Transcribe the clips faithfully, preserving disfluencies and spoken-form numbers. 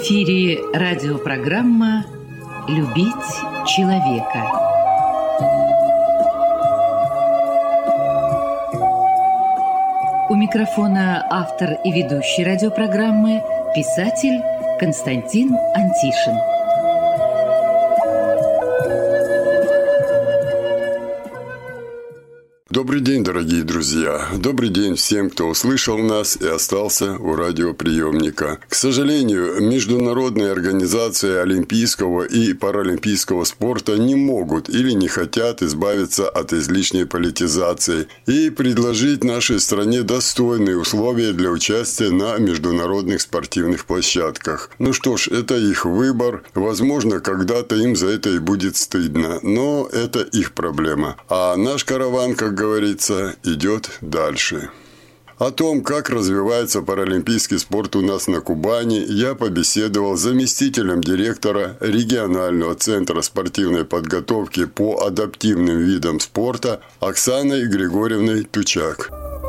эфире радиопрограмма «Любить человека». У микрофона автор и ведущий радиопрограммы писатель Константин Антишин. Добрый день, дорогие друзья! Добрый день всем, кто услышал нас и остался у радиоприемника. К сожалению, международные организации олимпийского и паралимпийского спорта не могут или не хотят избавиться от излишней политизации и предложить нашей стране достойные условия для участия на международных спортивных площадках. Ну что ж, это их выбор. Возможно, когда-то им за это и будет стыдно, но это их проблема. А наш караван, как говорится, говорится, идет дальше. О том, как развивается паралимпийский спорт у нас на Кубани, я побеседовал с заместителем директора регионального центра спортивной подготовки по адаптивным видам спорта Оксаной Григорьевной Тучак.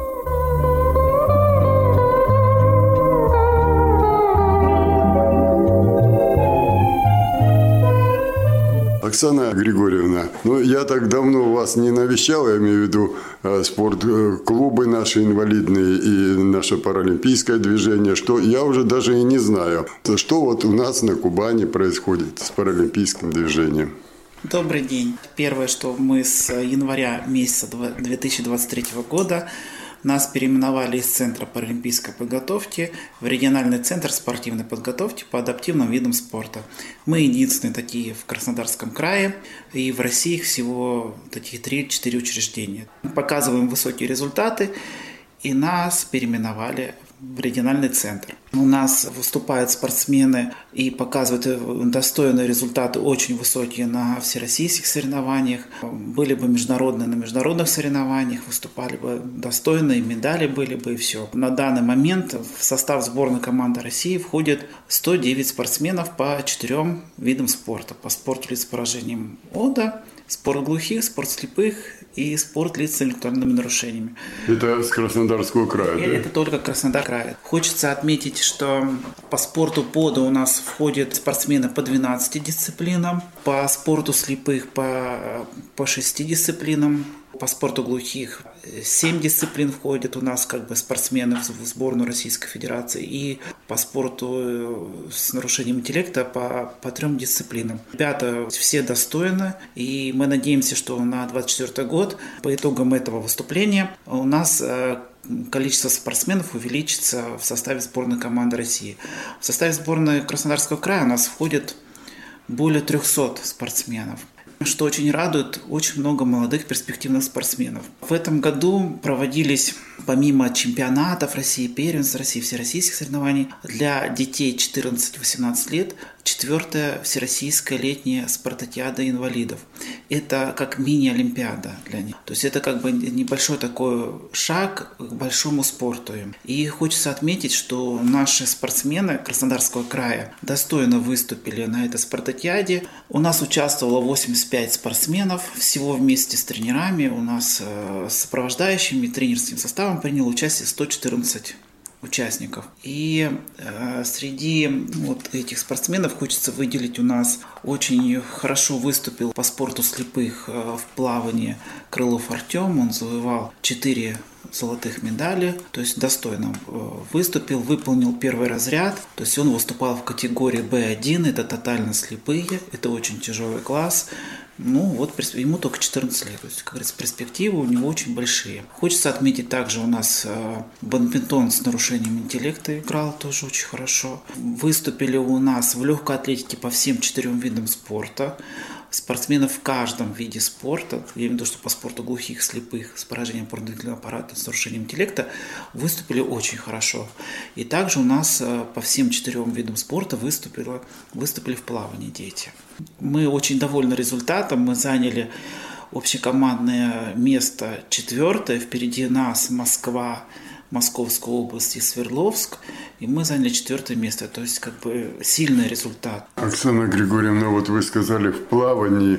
Оксана Григорьевна, ну я так давно вас не навещал, я имею в виду э, спортклубы наши инвалидные и наше паралимпийское движение, что я уже даже и не знаю, что вот у нас на Кубани происходит с паралимпийским движением. Добрый день. Первое, что мы с января месяца две тысячи двадцать третьего года нас переименовали из Центра паралимпийской подготовки в региональный центр спортивной подготовки по адаптивным видам спорта. Мы единственные такие в Краснодарском крае, и в России всего таких три-четыре учреждения. Мы показываем высокие результаты, и нас переименовали в региональный центр. У нас выступают спортсмены и показывают достойные результаты, очень высокие на всероссийских соревнованиях. Были бы международные на международных соревнованиях, выступали бы достойные, медали были бы и все. На данный момент в состав сборной команды России входит сто девять спортсменов по четырем видам спорта. По спорту лиц с поражением ОДА, спорт глухих, спорт слепых и спорт лиц с интеллектуальными нарушениями. Это с Краснодарского края, Это, да? это только Краснодар край. Хочется отметить, что по спорту ПОДА у нас входят спортсмены по двенадцати дисциплинам, по спорту слепых по, по шести дисциплинам, по спорту глухих семь дисциплин входят у нас как бы спортсмены в сборную Российской Федерации, и по спорту с нарушением интеллекта по, по трем дисциплинам. Ребята все достойны, и мы надеемся, что на двадцать четвёртый год по итогам этого выступления у нас количество спортсменов увеличится в составе сборной команды России. В составе сборной Краснодарского края у нас входит более трехсот спортсменов. Что очень радует, очень много молодых перспективных спортсменов. В этом году проводились, помимо чемпионатов России, первенств России, всероссийских соревнований, для детей четырнадцать-восемнадцать лет четвертая всероссийская летняя спартакиада инвалидов. Это как мини-олимпиада для них. То есть это как бы небольшой такой шаг к большому спорту. И хочется отметить, что наши спортсмены Краснодарского края достойно выступили на этой спартакиаде. У нас участвовало восемьдесят пять спортсменов. Всего вместе с тренерами, у нас с сопровождающими тренерским составом приняло участие сто четырнадцать участников. И э, среди вот этих спортсменов хочется выделить, у нас очень хорошо выступил по спорту слепых э, в плавании Крылов Артем. Он завоевал четыре золотых медали, то есть достойно выступил, выполнил первый разряд, то есть он выступал в категории бэ один, это тотально слепые, это очень тяжелый класс. Ну вот ему только четырнадцать лет, то есть, как говорится, перспективы у него очень большие. Хочется отметить также у нас э, бадминтон с нарушением интеллекта играл тоже очень хорошо. Выступили у нас в легкой атлетике по всем четырем видам спорта. Спортсмены в каждом виде спорта, я имею в виду, что по спорту глухих, слепых, с поражением опорно-двигательного аппарата, с нарушением интеллекта, выступили очень хорошо. И также у нас по всем четырем видам спорта выступили, выступили в плавании дети. Мы очень довольны результатом, мы заняли общекомандное место четвертое, впереди нас Москва, Московской области, Свердловск, и мы заняли четвертое место, то есть как бы сильный результат. Оксана Григорьевна, вот вы сказали в плавании,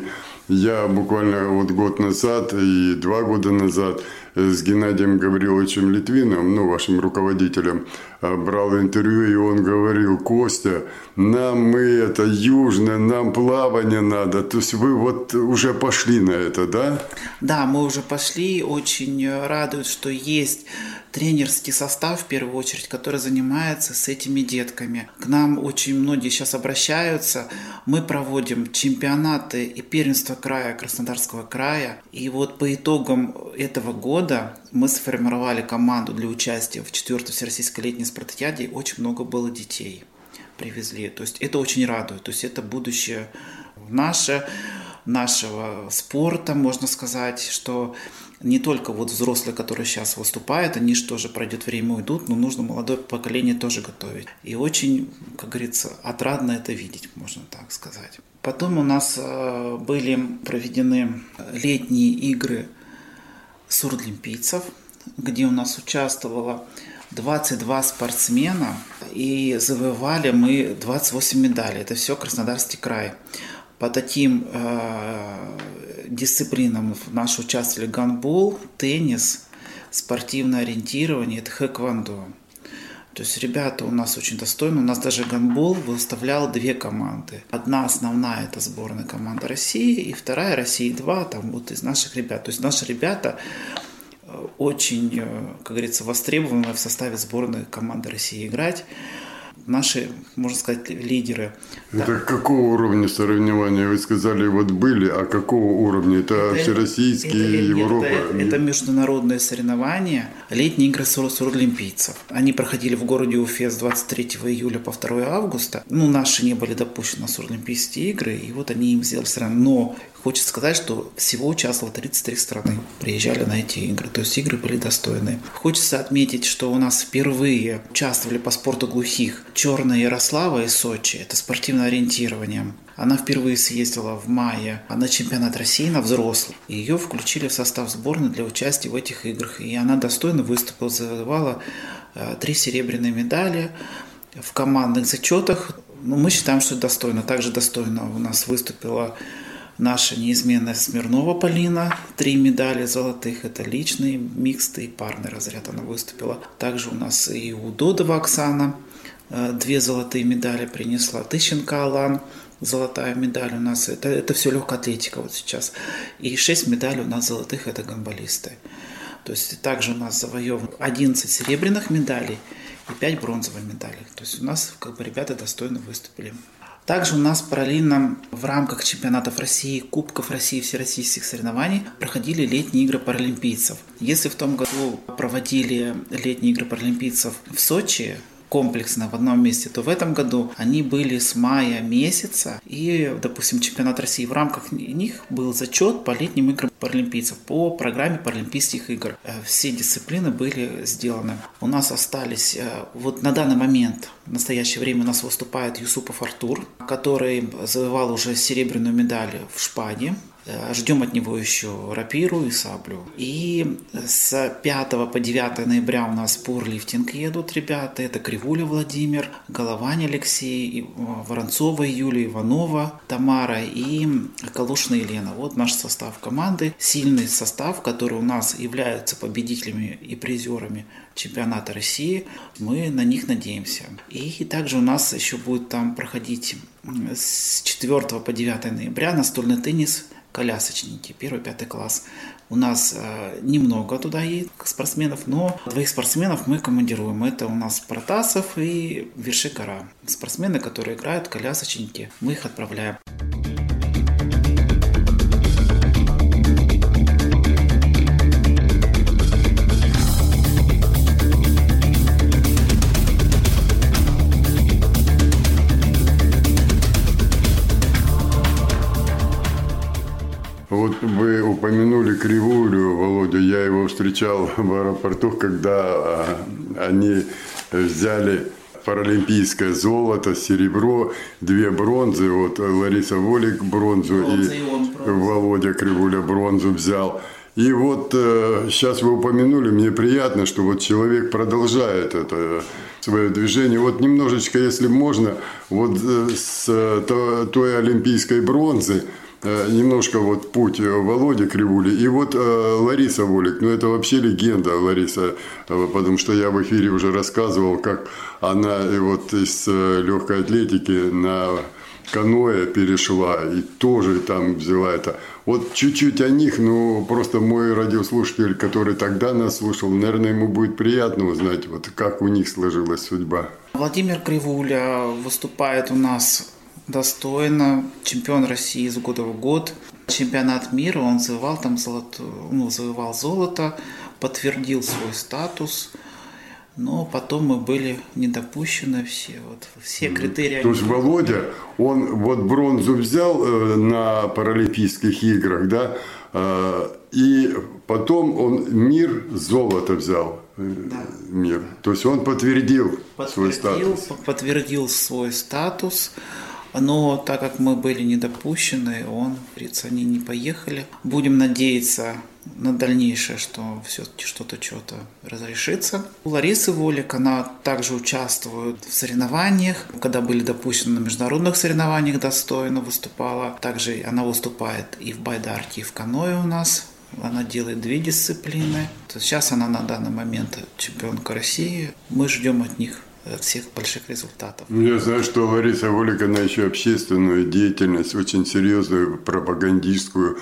Я буквально вот год назад и два года назад с Геннадием Гавриловичем Литвиновым, ну, вашим руководителем, брал интервью, и он говорил: Костя, нам мы это южное, нам плавание надо. То есть вы вот уже пошли на это, да? Да, мы уже пошли. Очень радует, что есть тренерский состав, в первую очередь, который занимается с этими детками. К нам очень многие сейчас обращаются. Мы проводим чемпионаты и первенство края, Краснодарского края. И вот по итогам этого года мы сформировали команду для участия в четвертой Всероссийской летней спартакиаде. И очень много было детей привезли. То есть это очень радует. То есть это будущее наше, нашего спорта, можно сказать, что не только вот взрослые, которые сейчас выступают, они же тоже пройдет время, уйдут, но нужно молодое поколение тоже готовить. И очень, как говорится, отрадно это видеть, можно так сказать. Потом у нас были проведены летние игры сурдолимпийцев, где у нас участвовало двадцать два спортсмена, и завоевали мы двадцать восемь медалей. Это все Краснодарский край. По таким э, дисциплинам наши участвовали гандбол, теннис, спортивное ориентирование, это хэквондо. То есть ребята у нас очень достойны. У нас даже гандбол выставлял две команды. Одна основная – это сборная команда России, и вторая – Россия-два, там вот из наших ребят. То есть наши ребята очень, как говорится, востребованы в составе сборной команды России играть. Наши, можно сказать, лидеры. Это да. Какого уровня соревнования? Вы сказали, вот были, а какого уровня? Это, это всероссийские, это, Европа? Это, это международные соревнования, летние игры сурдолимпийцев. Они проходили в городе Уфе с двадцать третьего июля по второго августа. Ну, наши не были допущены на сурдолимпийские игры, и вот они им сделали соревнования. Но хочется сказать, что всего участвовало тридцать три страны, приезжали на эти игры, то есть игры были достойные. Хочется отметить, что у нас впервые участвовали по спорту глухих Черная Ярослава из Сочи, это спортивное ориентирование. Она впервые съездила в мае на чемпионат России на взрослых. Ее включили в состав сборной для участия в этих играх. И она достойно выступила, завоевала три серебряные медали в командных зачетах. Но мы считаем, что это достойно. Также достойно у нас выступила наша неизменная Смирнова Полина, три медали золотых, это личный, микстый и парный разряд она выступила. Также у нас и у Додова Оксана две золотые медали принесла, Тыщенко Алан, золотая медаль у нас, это, это все легкая атлетика вот сейчас. И шесть медалей у нас золотых, это гандболисты. То есть также у нас завоевано одиннадцать серебряных медалей и пять бронзовых медалей. То есть у нас как бы ребята достойно выступили. Также у нас параллельно в рамках чемпионатов России, Кубков России, всероссийских соревнований проходили летние игры паралимпийцев. Если в том году проводили летние игры паралимпийцев в Сочи, комплексно в одном месте, то в этом году они были с мая месяца, и, допустим, чемпионат России, в рамках них был зачет по летним играм паралимпийцев по программе Паралимпийских игр. Все дисциплины были сделаны. У нас остались, вот на данный момент, в настоящее время у нас выступает Юсупов Артур, который завоевал уже серебряную медаль в шпаге. Ждем от него еще рапиру и саблю. И с пятого по девятое ноября у нас пауэрлифтинг едут ребята. Это Кривуля Владимир, Головань Алексей, Воронцова Юлия, Иванова Тамара и Калушина Елена. Вот наш состав команды. Сильный состав, который у нас являются победителями и призерами чемпионата России. Мы на них надеемся. И также у нас еще будет там проходить с четвёртого по девятое ноября настольный теннис колясочники, первый-пятый класс. У нас э, немного туда едет спортсменов, но двоих спортсменов мы командируем. Это у нас Протасов и Верши-Гора. Спортсмены, которые играют колясочники, мы их отправляем. Вот вы упомянули Кривулю, Володя. Я его встречал в аэропорту, когда они взяли паралимпийское золото, серебро, две бронзы. Вот Лариса Волик бронзу Бронза, и, и он бронзу. Володя Кривуля бронзу взял. И вот э, сейчас вы упомянули, мне приятно, что вот человек продолжает это свое движение. Вот немножечко, если можно, вот э, с то, той олимпийской бронзы, немножко вот путь Володи Кривули и вот Лариса Волик. Ну, это вообще легенда Лариса, потому что я в эфире уже рассказывал, как она вот из легкой атлетики на каноэ перешла и тоже там взяла это. Вот чуть-чуть о них, ну, просто мой радиослушатель, который тогда нас слушал, наверное, ему будет приятно узнать, вот как у них сложилась судьба. Владимир Кривуля выступает у нас достойно, чемпион России из года в год. Чемпионат мира, он завоевал там золото, ну, завоевал золото, подтвердил свой статус. Но потом мы были недопущены все, вот, все критерии. То есть Володя, он вот бронзу взял э, на Паралимпийских играх, да, э, и потом он мир золото взял, э, да. мир. То есть он подтвердил, подтвердил свой статус. Подтвердил свой статус. Но так как мы были недопущены, он, говорится, они не поехали. Будем надеяться на дальнейшее, что все-таки что-то что-то разрешится. У Ларисы Волик, она также участвует в соревнованиях. Когда были допущены на международных соревнованиях, достойно выступала. Также она выступает и в байдарке, и в каноэ у нас. Она делает две дисциплины. Сейчас она на данный момент чемпионка России. Мы ждем от них всех больших результатов. Я знаю, что Лариса Волик, она еще общественную деятельность, очень серьезную, пропагандистскую,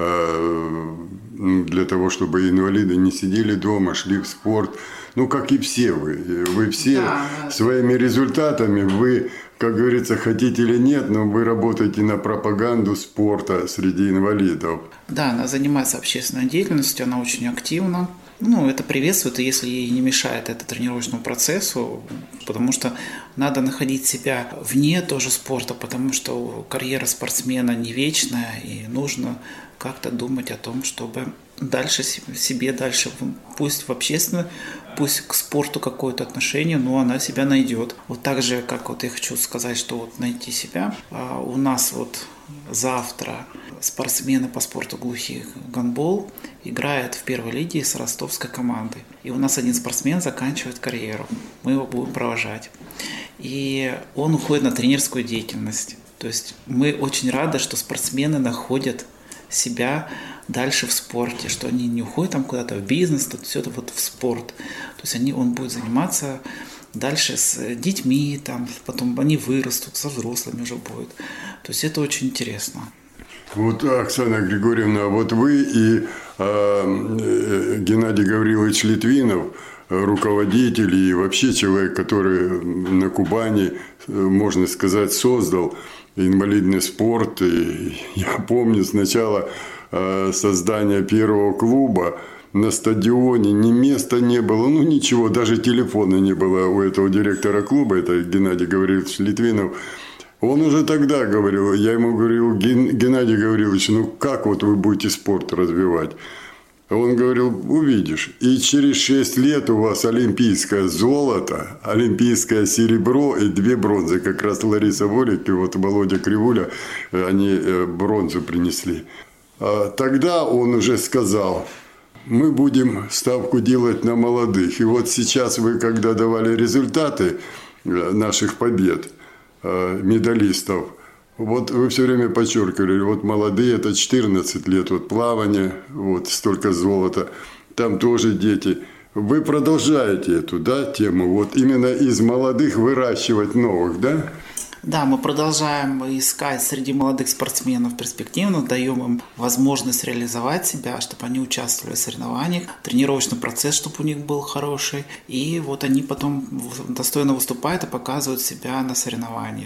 для того, чтобы инвалиды не сидели дома, шли в спорт. Ну, как и все вы. Вы все да, своими результатами, вы, как говорится, хотите или нет, но вы работаете на пропаганду спорта среди инвалидов. Да, она занимается общественной деятельностью, она очень активна. Ну, это приветствует, если ей не мешает это тренировочному процессу, потому что надо находить себя вне тоже спорта, потому что карьера спортсмена не вечная, и нужно как-то думать о том, чтобы дальше себе, дальше, пусть в общественное, пусть к спорту какое-то отношение, но она себя найдет. Вот так же, как вот я хочу сказать, что вот найти себя, у нас вот завтра спортсмены по спорту глухих гандбол играет в первой лиге с ростовской командой. И у нас один спортсмен заканчивает карьеру. Мы его будем провожать. И он уходит на тренерскую деятельность. То есть мы очень рады, что спортсмены находят себя дальше в спорте, что они не уходят там куда-то в бизнес, тут все это вот в спорт. То есть они, он будет заниматься дальше с детьми, там, потом они вырастут, со взрослыми уже будут. То есть это очень интересно. Вот, Оксана Григорьевна, вот вы и э, Геннадий Гаврилович Литвинов, руководитель и вообще человек, который на Кубани, можно сказать, создал инвалидный спорт. И я помню сначала э, создания первого клуба на стадионе, ни места не было, ну ничего, даже телефона не было у этого директора клуба, это Геннадий Гаврилович Литвинов. Он уже тогда говорил, я ему говорил, Геннадий Гаврилович, ну как вот вы будете спорт развивать? Он говорил, увидишь. И через шесть лет у вас олимпийское золото, олимпийское серебро и две бронзы. Как раз Лариса Волик и вот Володя Кривуля, они бронзу принесли. А тогда он уже сказал, мы будем ставку делать на молодых. И вот сейчас вы, когда давали результаты наших побед, медалистов, вот вы все время подчеркивали, вот молодые, это четырнадцать лет, вот плавание, вот столько золота, там тоже дети. Вы продолжаете эту, да, тему, вот именно из молодых выращивать новых, да? Да, мы продолжаем искать среди молодых спортсменов перспективных, даем им возможность реализовать себя, чтобы они участвовали в соревнованиях, тренировочный процесс, чтобы у них был хороший, и вот они потом достойно выступают и показывают себя на соревнованиях.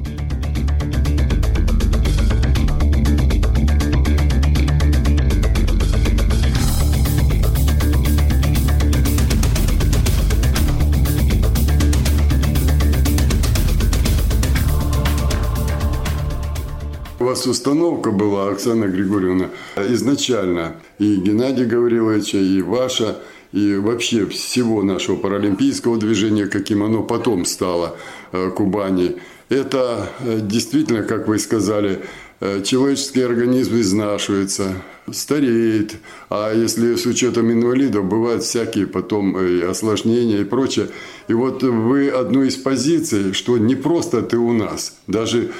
У вас установка была, Оксана Григорьевна, изначально и Геннадия Гавриловича, и ваша, и вообще всего нашего паралимпийского движения, каким оно потом стало, Кубани. Это действительно, как вы сказали, человеческий организм изнашивается, стареет. А если с учетом инвалидов, бывают всякие потом и осложнения и прочее. И вот вы одну из позиций, что не просто ты у нас, даже э,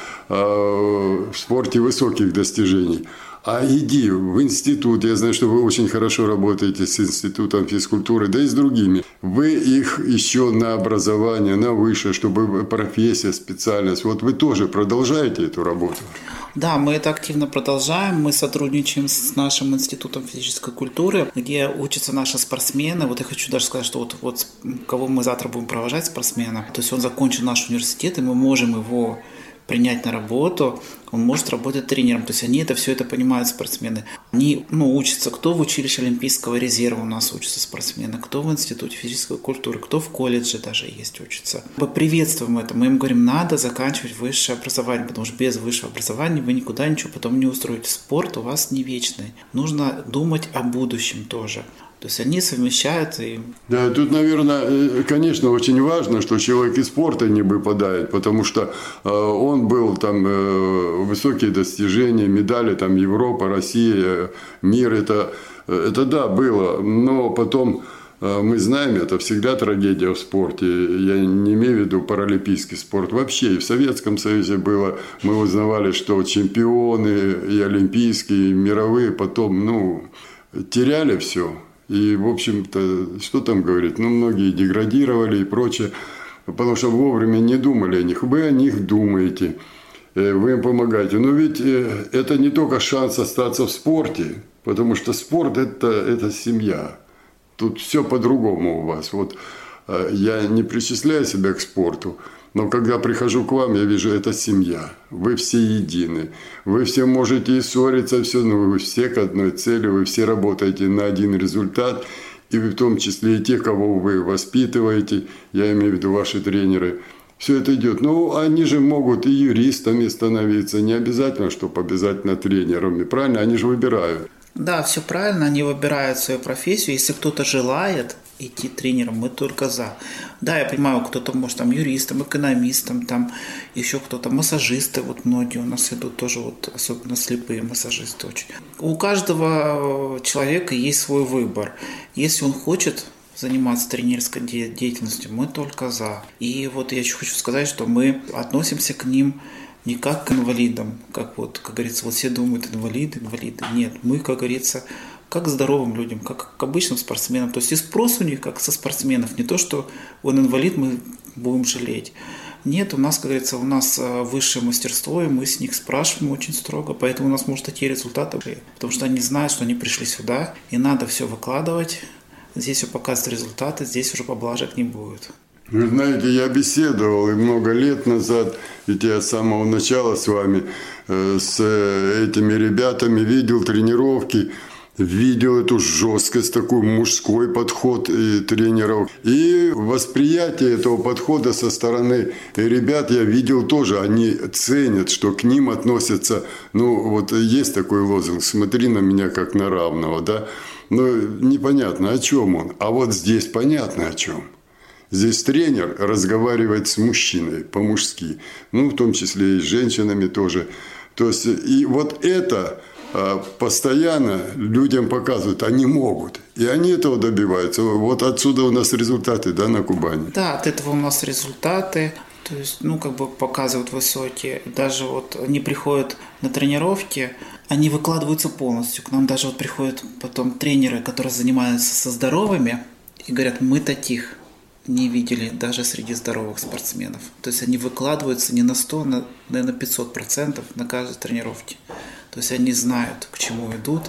в спорте высоких достижений, а иди в институт. Я знаю, что вы очень хорошо работаете с институтом физкультуры, да и с другими. Вы их еще на образование, на высшее, чтобы профессия, специальность. Вот вы тоже продолжаете эту работу? Да, мы это активно продолжаем. Мы сотрудничаем с нашим институтом физической культуры, где учатся наши спортсмены. Вот я хочу даже сказать, что вот, вот кого мы завтра будем провожать, спортсмена. То есть он закончил наш университет, и мы можем его принять на работу, он может работать тренером. То есть они это все это понимают, спортсмены. Они ну, учатся, кто в училище Олимпийского резерва у нас учатся спортсмены, кто в институте физической культуры, кто в колледже даже есть учится. Мы приветствуем это, мы им говорим, надо заканчивать высшее образование, потому что без высшего образования вы никуда ничего потом не устроите. Спорт у вас не вечный. Нужно думать о будущем тоже. То есть они совмещают и... Да, тут, наверное, конечно, очень важно, что человек из спорта не выпадает, потому что э, он был там э, высокие достижения, медали, там Европа, Россия, мир, это, это да, было, но потом э, мы знаем, это всегда трагедия в спорте. Я не имею в виду паралимпийский спорт, вообще и в Советском Союзе было, мы узнавали, что чемпионы и олимпийские, и мировые потом, ну, теряли все. И, в общем-то, что там говорить, ну, многие деградировали и прочее, потому что вовремя не думали о них. Вы о них думаете, вы им помогаете. Но ведь это не только шанс остаться в спорте, потому что спорт это, – это семья. Тут все по-другому у вас. Вот я не причисляю себя к спорту, но когда прихожу к вам, я вижу, это семья. Вы все едины. Вы все можете и ссориться, все, но вы все к одной цели, вы все работаете на один результат. И в том числе и те, кого вы воспитываете, я имею в виду ваши тренеры. Все это идет. Ну, они же могут и юристами становиться. Не обязательно, чтобы обязательно тренерами. Правильно? Они же выбирают. Да, все правильно. Они выбирают свою профессию. Если кто-то желает идти тренером, мы только за. Да, я понимаю, кто-то может там юристом, экономистом, там еще кто-то, массажисты, вот многие у нас идут тоже, вот особенно слепые массажисты очень. У каждого человека есть свой выбор. Если он хочет заниматься тренерской деятельностью, мы только за. И вот я еще хочу сказать, что мы относимся к ним не как к инвалидам, как вот, как говорится, вот все думают, инвалиды, инвалиды. Нет, мы, как говорится, как к здоровым людям, как к обычным спортсменам. То есть и спрос у них, как со спортсменов. Не то, что он инвалид, мы будем жалеть. Нет, у нас, как говорится, у нас высшее мастерство, и мы с них спрашиваем очень строго. Поэтому у нас, может, такие результаты. Потому что они знают, что они пришли сюда, и надо все выкладывать. Здесь все показывают результаты, здесь уже поблажек не будет. Вы знаете, я беседовал и много лет назад, ведь я с самого начала с вами, э, с этими ребятами, видел тренировки, видел эту жесткость, такой мужской подход и тренеров. И восприятие этого подхода со стороны ребят я видел тоже. Они ценят, что к ним относятся, ну вот есть такой лозунг, смотри на меня как на равного, да. Но непонятно, о чем он. А вот здесь понятно о чем. Здесь тренер разговаривает с мужчиной по-мужски, ну, в том числе и с женщинами тоже. То есть, и вот это постоянно людям показывают, они могут. И они этого добиваются. Вот отсюда у нас результаты, да, на Кубани. Да, от этого у нас результаты. То есть, ну, как бы показывают высокие. Даже вот они приходят на тренировки, они выкладываются полностью. К нам даже вот приходят потом тренеры, которые занимаются со здоровыми, и говорят, мы таких не видели даже среди здоровых спортсменов. То есть они выкладываются не на сто, на, на пятьсот процентов на каждой тренировке. То есть они знают, к чему идут,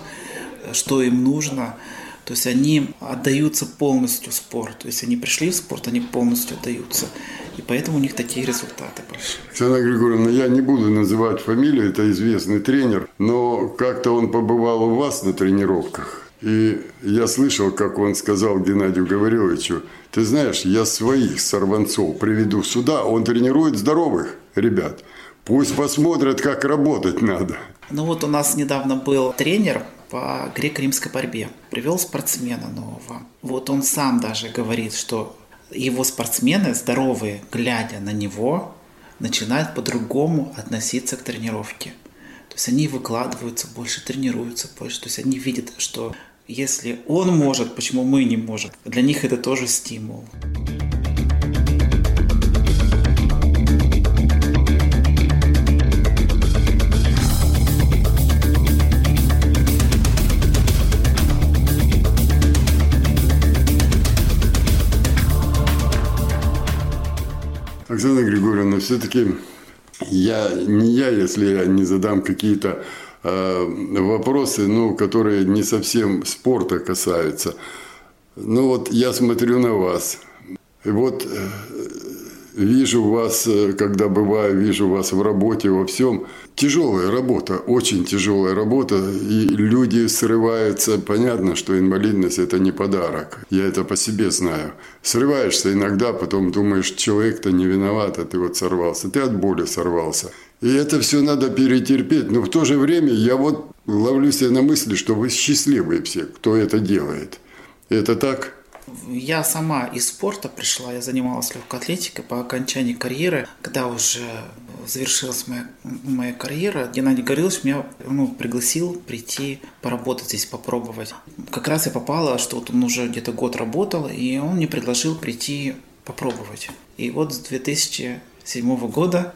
что им нужно. То есть они отдаются полностью спорту. Если они пришли в спорт, они полностью отдаются. И поэтому у них такие результаты большие. Оксана Григорьевна, я не буду называть фамилию, это известный тренер, но как-то он побывал у вас на тренировках. И я слышал, как он сказал Геннадию Гавриловичу, ты знаешь, я своих сорванцов приведу сюда, он тренирует здоровых ребят. Пусть посмотрят, как работать надо. Ну вот у нас недавно был тренер по греко-римской борьбе. Привел спортсмена нового. Вот он сам даже говорит, что его спортсмены, здоровые, глядя на него, начинают по-другому относиться к тренировке. То есть они выкладываются больше, тренируются больше. То есть они видят, что если он может, почему мы не можем? Для них это тоже стимул. Оксана Григорьевна, все-таки я, не я, если я не задам какие-то э, вопросы, ну, которые не совсем спорта касаются. Ну вот я смотрю на вас, и вот э, вижу вас, когда бываю, вижу вас в работе, во всем. Тяжелая работа, очень тяжелая работа, и люди срываются. Понятно, что инвалидность – это не подарок. Я это по себе знаю. Срываешься иногда, потом думаешь, человек-то не виноват, а ты вот сорвался. Ты от боли сорвался. И это все надо перетерпеть. Но в то же время я вот ловлю себя на мысли, что вы счастливые все, кто это делает. Это так? Я сама из спорта пришла, я занималась легкой атлетикой по окончании карьеры. Когда уже завершилась моя, моя карьера, Геннадий Гаврилович меня ну, пригласил прийти поработать здесь, попробовать. Как раз я попала, что вот он уже где-то год работал, и он мне предложил прийти попробовать. И вот с две тысячи седьмого года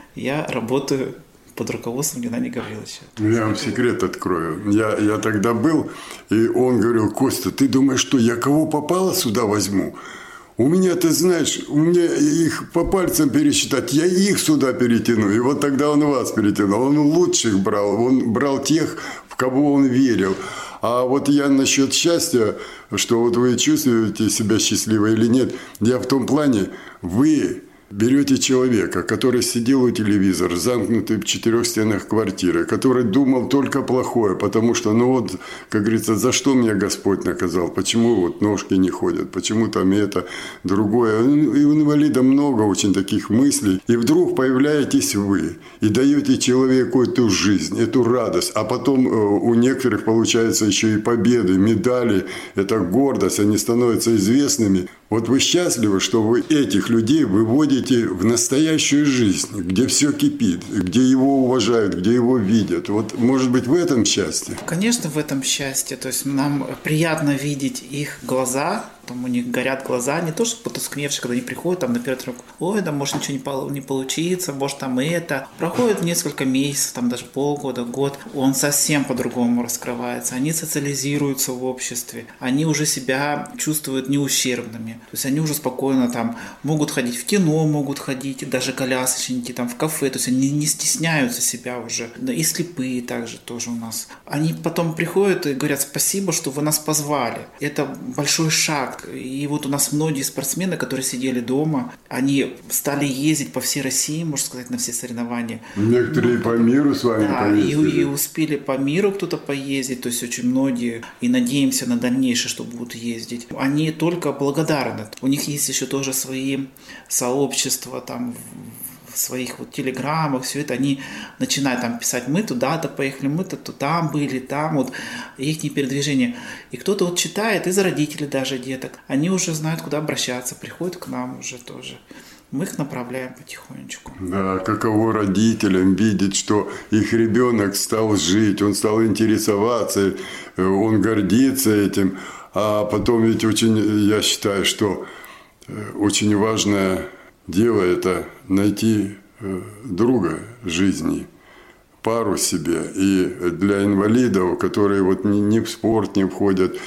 я работаю под руководством Геннадия Гавриловича. Я вам секрет открою. Я, я тогда был, и он говорил: Костя, ты думаешь, что я кого попало сюда возьму? У меня, ты знаешь, у меня их по пальцам пересчитать, я их сюда перетяну. И вот тогда он вас перетянул. Он лучших брал, он брал тех, в кого он верил. А вот я насчет счастья, что вот вы чувствуете себя счастливой или нет, я в том плане, вы берете человека, который сидел у телевизора, замкнутый в четырех стенах квартиры, который думал только плохое, потому что, ну вот, как говорится, за что меня Господь наказал, почему вот ножки не ходят, почему там это, другое. И у инвалида много очень таких мыслей. И вдруг появляетесь вы и даете человеку эту жизнь, эту радость. А потом у некоторых получается еще и победы, медали, это гордость, они становятся известными. Вот вы счастливы, что вы этих людей выводите в настоящую жизнь, где все кипит, где его уважают, где его видят. Вот, может быть, в этом счастье? Конечно, в этом счастье. То есть нам приятно видеть их глаза, там у них горят глаза, не то, что потускневшие, когда они приходят, там, например, ой, да, может, ничего не получится, может, там это. Проходит несколько месяцев, там, даже полгода, год, он совсем по-другому раскрывается. Они социализируются в обществе, они уже себя чувствуют неущербными. То есть они уже спокойно там могут ходить в кино, могут ходить, даже колясочники, там, в кафе, то есть они не стесняются себя уже. Да, и слепые также тоже у нас. Они потом приходят и говорят: спасибо, что вы нас позвали. Это большой шаг. И вот у нас многие спортсмены, которые сидели дома, они стали ездить по всей России, можно сказать, на все соревнования. Некоторые ну, по миру с вами да, поездили. И, и успели по миру кто-то поездить, то есть очень многие. И надеемся на дальнейшее, что будут ездить. Они только благодарны. У них есть еще тоже свои сообщества, там, в своих вот телеграммах, все это, они начинают там писать: мы туда-то поехали, мы-то там были, там вот их передвижение. И кто-то вот читает, из родителей даже деток, они уже знают, куда обращаться, приходят к нам уже тоже. Мы их направляем потихонечку. Да, каково родителям видеть, что их ребенок стал жить, он стал интересоваться, он гордится этим. А потом ведь очень, я считаю, что очень важное дело – это найти друга жизни, пару себе. И для инвалидов, которые вот ни в спорт не входят,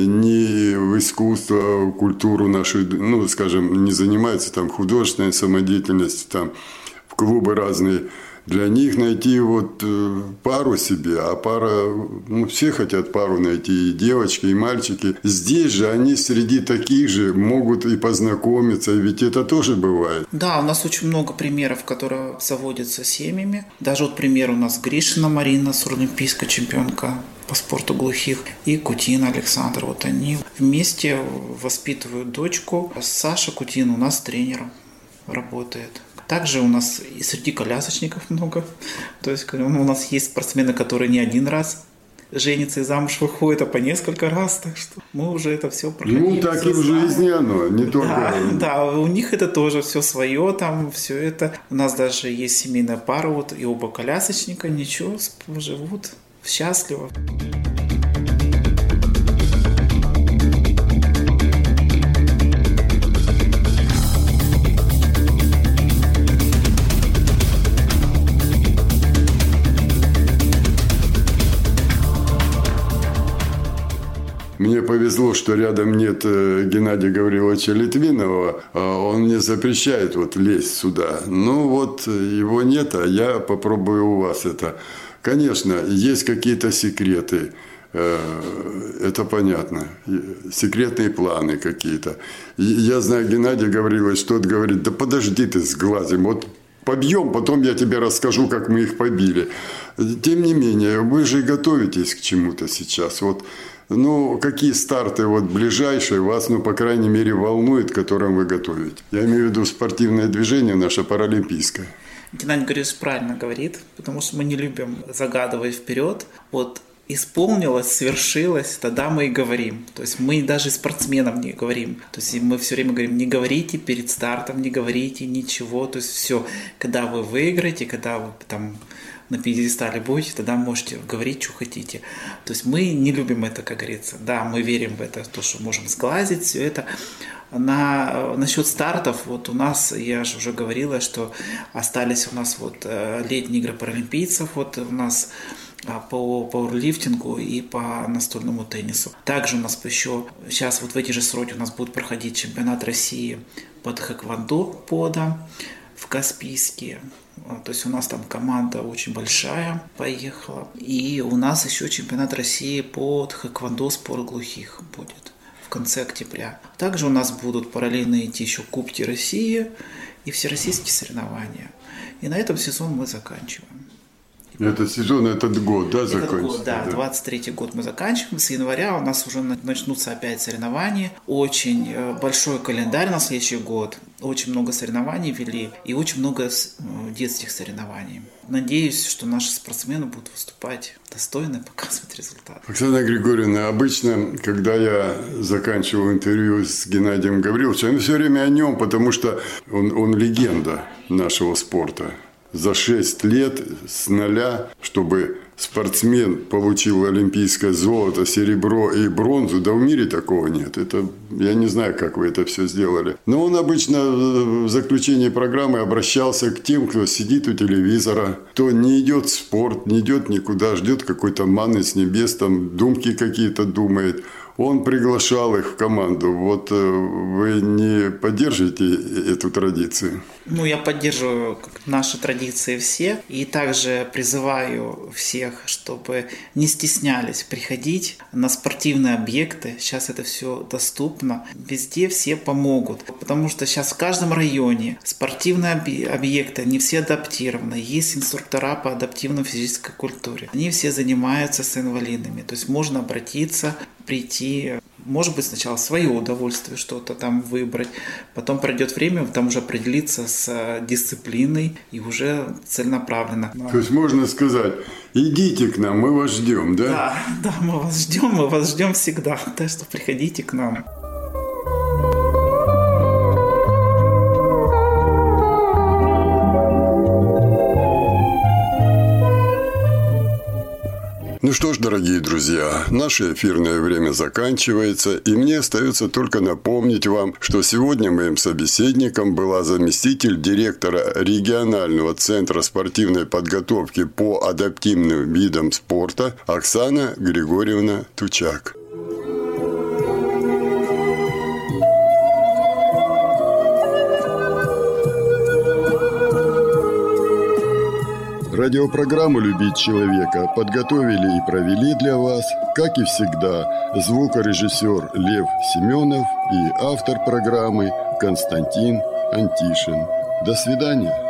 ни в искусство, в культуру нашу, ну, скажем, не занимаются там художественной самодеятельностью, там в клубы разные, для них найти вот пару себе, а пара, ну, все хотят пару найти, и девочки, и мальчики. Здесь же они среди таких же могут и познакомиться, ведь это тоже бывает. Да, у нас очень много примеров, которые заводятся семьями. Даже вот пример у нас Гришина Марина, суролимпийская чемпионка по спорту глухих, и Кутин Александр. Вот они вместе воспитывают дочку. Саша Кутин у нас тренером работает. Также у нас и среди колясочников много. То есть у нас есть спортсмены, которые не один раз женится и замуж выходит, а по несколько раз, так что мы уже это все проходили. Ну, так и в жизни оно, не только... Да, да, у них это тоже все свое, там все это. У нас даже есть семейная пара, вот, и оба колясочника, ничего, живут счастливо. Мне повезло, что рядом нет Геннадия Гавриловича Литвинова, он мне запрещает вот лезть сюда. Ну вот его нет, а я попробую у вас это. Конечно, есть какие-то секреты, это понятно, секретные планы какие-то. Я знаю, Геннадий Гаврилович, тот говорит, да подожди ты с глазом, вот побьем, потом я тебе расскажу, как мы их побили. Тем не менее, вы же готовитесь к чему-то сейчас, вот. Ну, какие старты вот ближайшие вас, ну, по крайней мере, волнуют, к которым вы готовите? Я имею в виду спортивное движение наше паралимпийское. Геннадий Григорьевич правильно говорит, потому что мы не любим загадывать вперед. Вот исполнилось, свершилось, тогда мы и говорим. То есть мы даже спортсменам не говорим. То есть мы все время говорим, не говорите перед стартом, не говорите ничего. То есть все, когда вы выиграете, когда вы там... на пьедестале будете, тогда можете говорить, что хотите. То есть мы не любим это, как говорится. Да, мы верим в это, то, что можем сглазить все это. На, насчет стартов, вот у нас, я же уже говорила, что остались у нас вот летние игры паралимпийцев, вот у нас по пауэрлифтингу и по настольному теннису. Также у нас еще сейчас вот в эти же сроки у нас будет проходить чемпионат России по тхэквондо пода в Каспийске. То есть у нас там команда очень большая поехала. И у нас еще чемпионат России по тхэквондо спорт глухих будет в конце октября. Также у нас будут параллельно идти еще Кубки России и всероссийские соревнования. И на этом сезон мы заканчиваем. Это сезон, этот год, да, закончится? Да, да, двадцать третий год мы заканчиваем. С января у нас уже начнутся опять соревнования. Очень большой календарь на следующий год. Очень много соревнований ввели и очень много детских соревнований. Надеюсь, что наши спортсмены будут выступать достойно и показывать результат. Оксана Григорьевна, обычно, когда я заканчивал интервью с Геннадием Гавриловичем, я все время о нем, потому что он, он легенда нашего спорта. За шесть лет с нуля, чтобы спортсмен получил олимпийское золото, серебро и бронзу, да в мире такого нет. Это, я не знаю, как вы это все сделали. Но он обычно в заключении программы обращался к тем, кто сидит у телевизора, кто не идет в спорт, не идет никуда, ждет какой-то манны с небес, там думки какие-то думает. Он приглашал их в команду. Вот вы не поддержите эту традицию? Ну, я поддерживаю наши традиции все. И также призываю всех, чтобы не стеснялись приходить на спортивные объекты. Сейчас это все доступно. Везде все помогут. Потому что сейчас в каждом районе спортивные объекты, они все адаптированы. Есть инструктора по адаптивной физической культуре. Они все занимаются с инвалидами. То есть можно обратиться, прийти, может быть, сначала в свое удовольствие что-то там выбрать, потом пройдет время, там уже определиться с дисциплиной и уже целенаправленно. То есть можно сказать, идите к нам, мы вас ждем, да? Да, да, мы вас ждем, мы вас ждем всегда, так что приходите к нам. Ну что ж, дорогие друзья, наше эфирное время заканчивается, и мне остается только напомнить вам, что сегодня моим собеседником была заместитель директора регионального центра спортивной подготовки по адаптивным видам спорта Оксана Григорьевна Тучак. Радиопрограмму «Любить человека» подготовили и провели для вас, как и всегда, звукорежиссер Лев Семенов и автор программы Константин Антишин. До свидания.